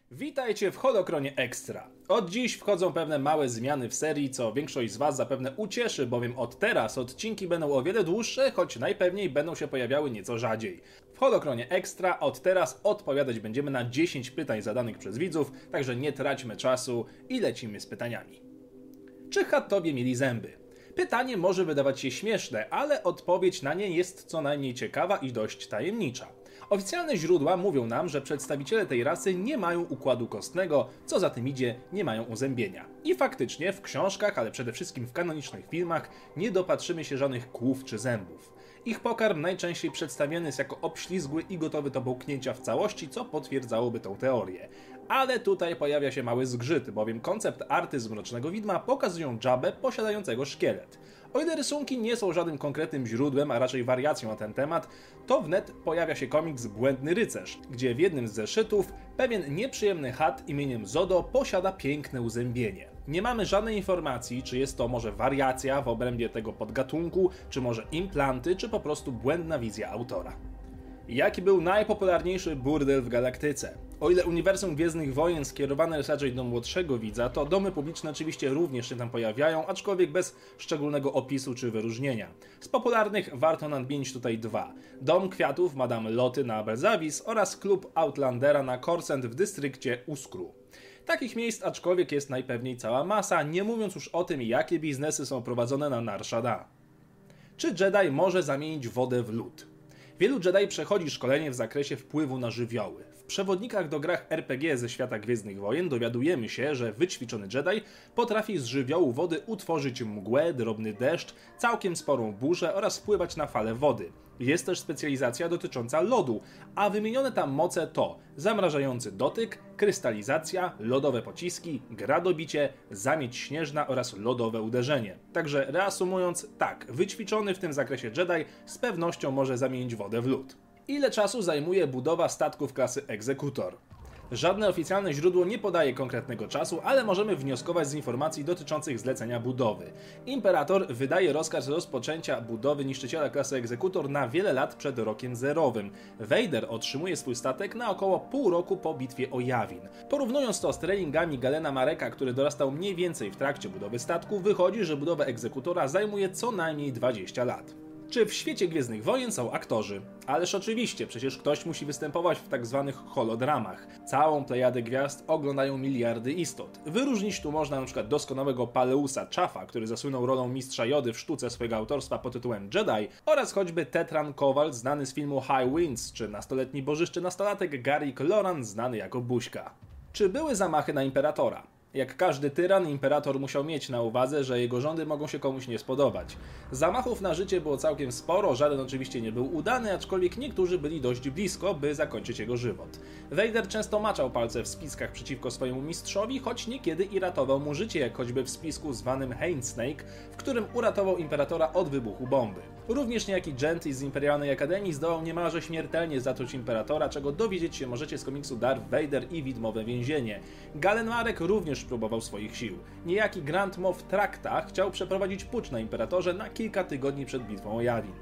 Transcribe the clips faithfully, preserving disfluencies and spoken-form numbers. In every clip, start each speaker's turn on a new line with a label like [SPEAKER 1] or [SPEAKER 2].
[SPEAKER 1] Witajcie w Holokronie Extra. Od dziś wchodzą pewne małe zmiany w serii, co większość z Was zapewne ucieszy, bowiem od teraz odcinki będą o wiele dłuższe, choć najpewniej będą się pojawiały nieco rzadziej. W Holokronie Extra od teraz odpowiadać będziemy na dziesięć pytań zadanych przez widzów, także nie traćmy czasu i lecimy z pytaniami. Czy Hattowie mieli zęby? Pytanie może wydawać się śmieszne, ale odpowiedź na nie jest co najmniej ciekawa i dość tajemnicza. Oficjalne źródła mówią nam, że przedstawiciele tej rasy nie mają układu kostnego, co za tym idzie, nie mają uzębienia. I faktycznie w książkach, ale przede wszystkim w kanonicznych filmach nie dopatrzymy się żadnych kłów czy zębów. Ich pokarm najczęściej przedstawiany jest jako obślizgły i gotowy do połknięcia w całości, co potwierdzałoby tą teorię. Ale tutaj pojawia się mały zgrzyt, bowiem koncept arty z Mrocznego Widma pokazują Jabbę posiadającego szkielet. O ile rysunki nie są żadnym konkretnym źródłem, a raczej wariacją na ten temat, to wnet pojawia się komiks Błędny Rycerz, gdzie w jednym z zeszytów pewien nieprzyjemny chat imieniem Zodo posiada piękne uzębienie. Nie mamy żadnej informacji, czy jest to może wariacja w obrębie tego podgatunku, czy może implanty, czy po prostu błędna wizja autora. Jaki był najpopularniejszy burdel w galaktyce? O ile uniwersum Gwiezdnych Wojen skierowane jest raczej do młodszego widza, to domy publiczne oczywiście również się tam pojawiają, aczkolwiek bez szczególnego opisu czy wyróżnienia. Z popularnych warto nadmienić tutaj dwa. Dom Kwiatów Madame Loty na Belzavis oraz klub Outlandera na Korsent w dystrykcie Uskru. Takich miejsc aczkolwiek jest najpewniej cała masa, nie mówiąc już o tym, jakie biznesy są prowadzone na Nar Shaddaa. Czy Jedi może zamienić wodę w lód? Wielu Jedi przechodzi szkolenie w zakresie wpływu na żywioły. W przewodnikach do grach R P G ze świata Gwiezdnych Wojen dowiadujemy się, że wyćwiczony Jedi potrafi z żywiołu wody utworzyć mgłę, drobny deszcz, całkiem sporą burzę oraz wpływać na fale wody. Jest też specjalizacja dotycząca lodu, a wymienione tam moce to zamrażający dotyk, krystalizacja, lodowe pociski, gradobicie, zamieć śnieżna oraz lodowe uderzenie. Także reasumując, tak, wyćwiczony w tym zakresie Jedi z pewnością może zamienić wodę w lód. Ile czasu zajmuje budowa statków klasy Egzekutor? Żadne oficjalne źródło nie podaje konkretnego czasu, ale możemy wnioskować z informacji dotyczących zlecenia budowy. Imperator wydaje rozkaz rozpoczęcia budowy niszczyciela klasy Egzekutor na wiele lat przed rokiem zerowym. Vader otrzymuje swój statek na około pół roku po bitwie o Yavin. Porównując to z treningami Galena Mareka, który dorastał mniej więcej w trakcie budowy statku, wychodzi, że budowa Egzekutora zajmuje co najmniej dwadzieścia lat. Czy w świecie Gwiezdnych Wojen są aktorzy? Ależ oczywiście, przecież ktoś musi występować w tak zwanych holodramach. Całą plejadę gwiazd oglądają miliardy istot. Wyróżnić tu można np. doskonałego Paleusa Chaffa, który zasłynął rolą mistrza Jody w sztuce swojego autorstwa pod tytułem Jedi, oraz choćby Tetran Kowal, znany z filmu High Winds, czy nastoletni bożyszczy nastolatek Garrick Loran, znany jako Buźka. Czy były zamachy na Imperatora? Jak każdy tyran, imperator musiał mieć na uwadze, że jego rządy mogą się komuś nie spodobać. Zamachów na życie było całkiem sporo, żaden oczywiście nie był udany, aczkolwiek niektórzy byli dość blisko, by zakończyć jego żywot. Vader często maczał palce w spiskach przeciwko swojemu mistrzowi, choć niekiedy i ratował mu życie, jak choćby w spisku zwanym Haint Snake, w którym uratował imperatora od wybuchu bomby. Również niejaki Gentry z Imperialnej Akademii zdołał niemalże śmiertelnie zatruć imperatora, czego dowiedzieć się możecie z komiksu Darth Vader i Widmowe Więzienie. Galen Marek również próbował swoich sił. Niejaki Grand Moff Tracta chciał przeprowadzić pucz na imperatorze na kilka tygodni przed bitwą o Yavin.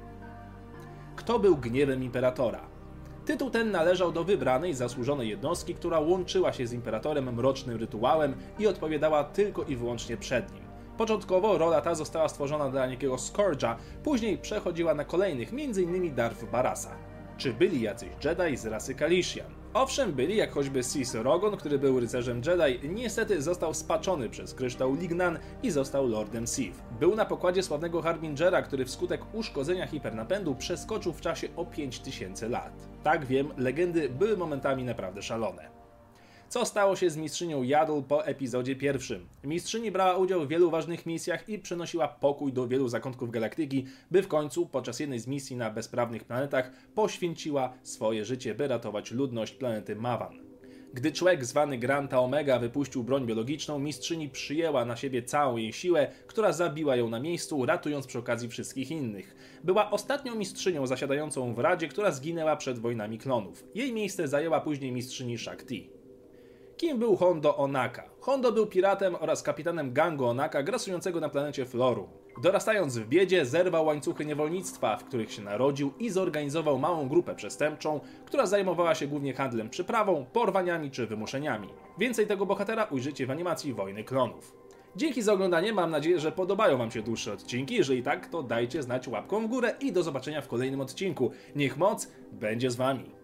[SPEAKER 1] Kto był gniewem imperatora? Tytuł ten należał do wybranej, zasłużonej jednostki, która łączyła się z imperatorem mrocznym rytuałem i odpowiadała tylko i wyłącznie przed nim. Początkowo rola ta została stworzona dla niejakiego Scourge'a, później przechodziła na kolejnych, między innymi Darth Barasa. Czy byli jacyś Jedi z rasy Kalishian? Owszem, byli, jak choćby Sis Rogon, który był rycerzem Jedi, niestety został spaczony przez kryształ Lignan i został Lordem Sith. Był na pokładzie sławnego Harbingera, który wskutek uszkodzenia hipernapędu przeskoczył w czasie o pięć tysięcy lat. Tak wiem, legendy były momentami naprawdę szalone. Co stało się z mistrzynią Yaddle po epizodzie pierwszym? Mistrzyni brała udział w wielu ważnych misjach i przynosiła pokój do wielu zakątków galaktyki, by w końcu, podczas jednej z misji na bezprawnych planetach, poświęciła swoje życie, by ratować ludność planety Mavan. Gdy człowiek zwany Granta Omega wypuścił broń biologiczną, mistrzyni przyjęła na siebie całą jej siłę, która zabiła ją na miejscu, ratując przy okazji wszystkich innych. Była ostatnią mistrzynią zasiadającą w Radzie, która zginęła przed wojnami klonów. Jej miejsce zajęła później mistrzyni Shaak Ti. Kim był Hondo Onaka? Hondo był piratem oraz kapitanem gangu Onaka grasującego na planecie Florum. Dorastając w biedzie, zerwał łańcuchy niewolnictwa, w których się narodził i zorganizował małą grupę przestępczą, która zajmowała się głównie handlem przyprawą, porwaniami czy wymuszeniami. Więcej tego bohatera ujrzycie w animacji Wojny Klonów. Dzięki za oglądanie, mam nadzieję, że podobają wam się dłuższe odcinki. Jeżeli tak, to dajcie znać łapką w górę i do zobaczenia w kolejnym odcinku. Niech moc będzie z wami.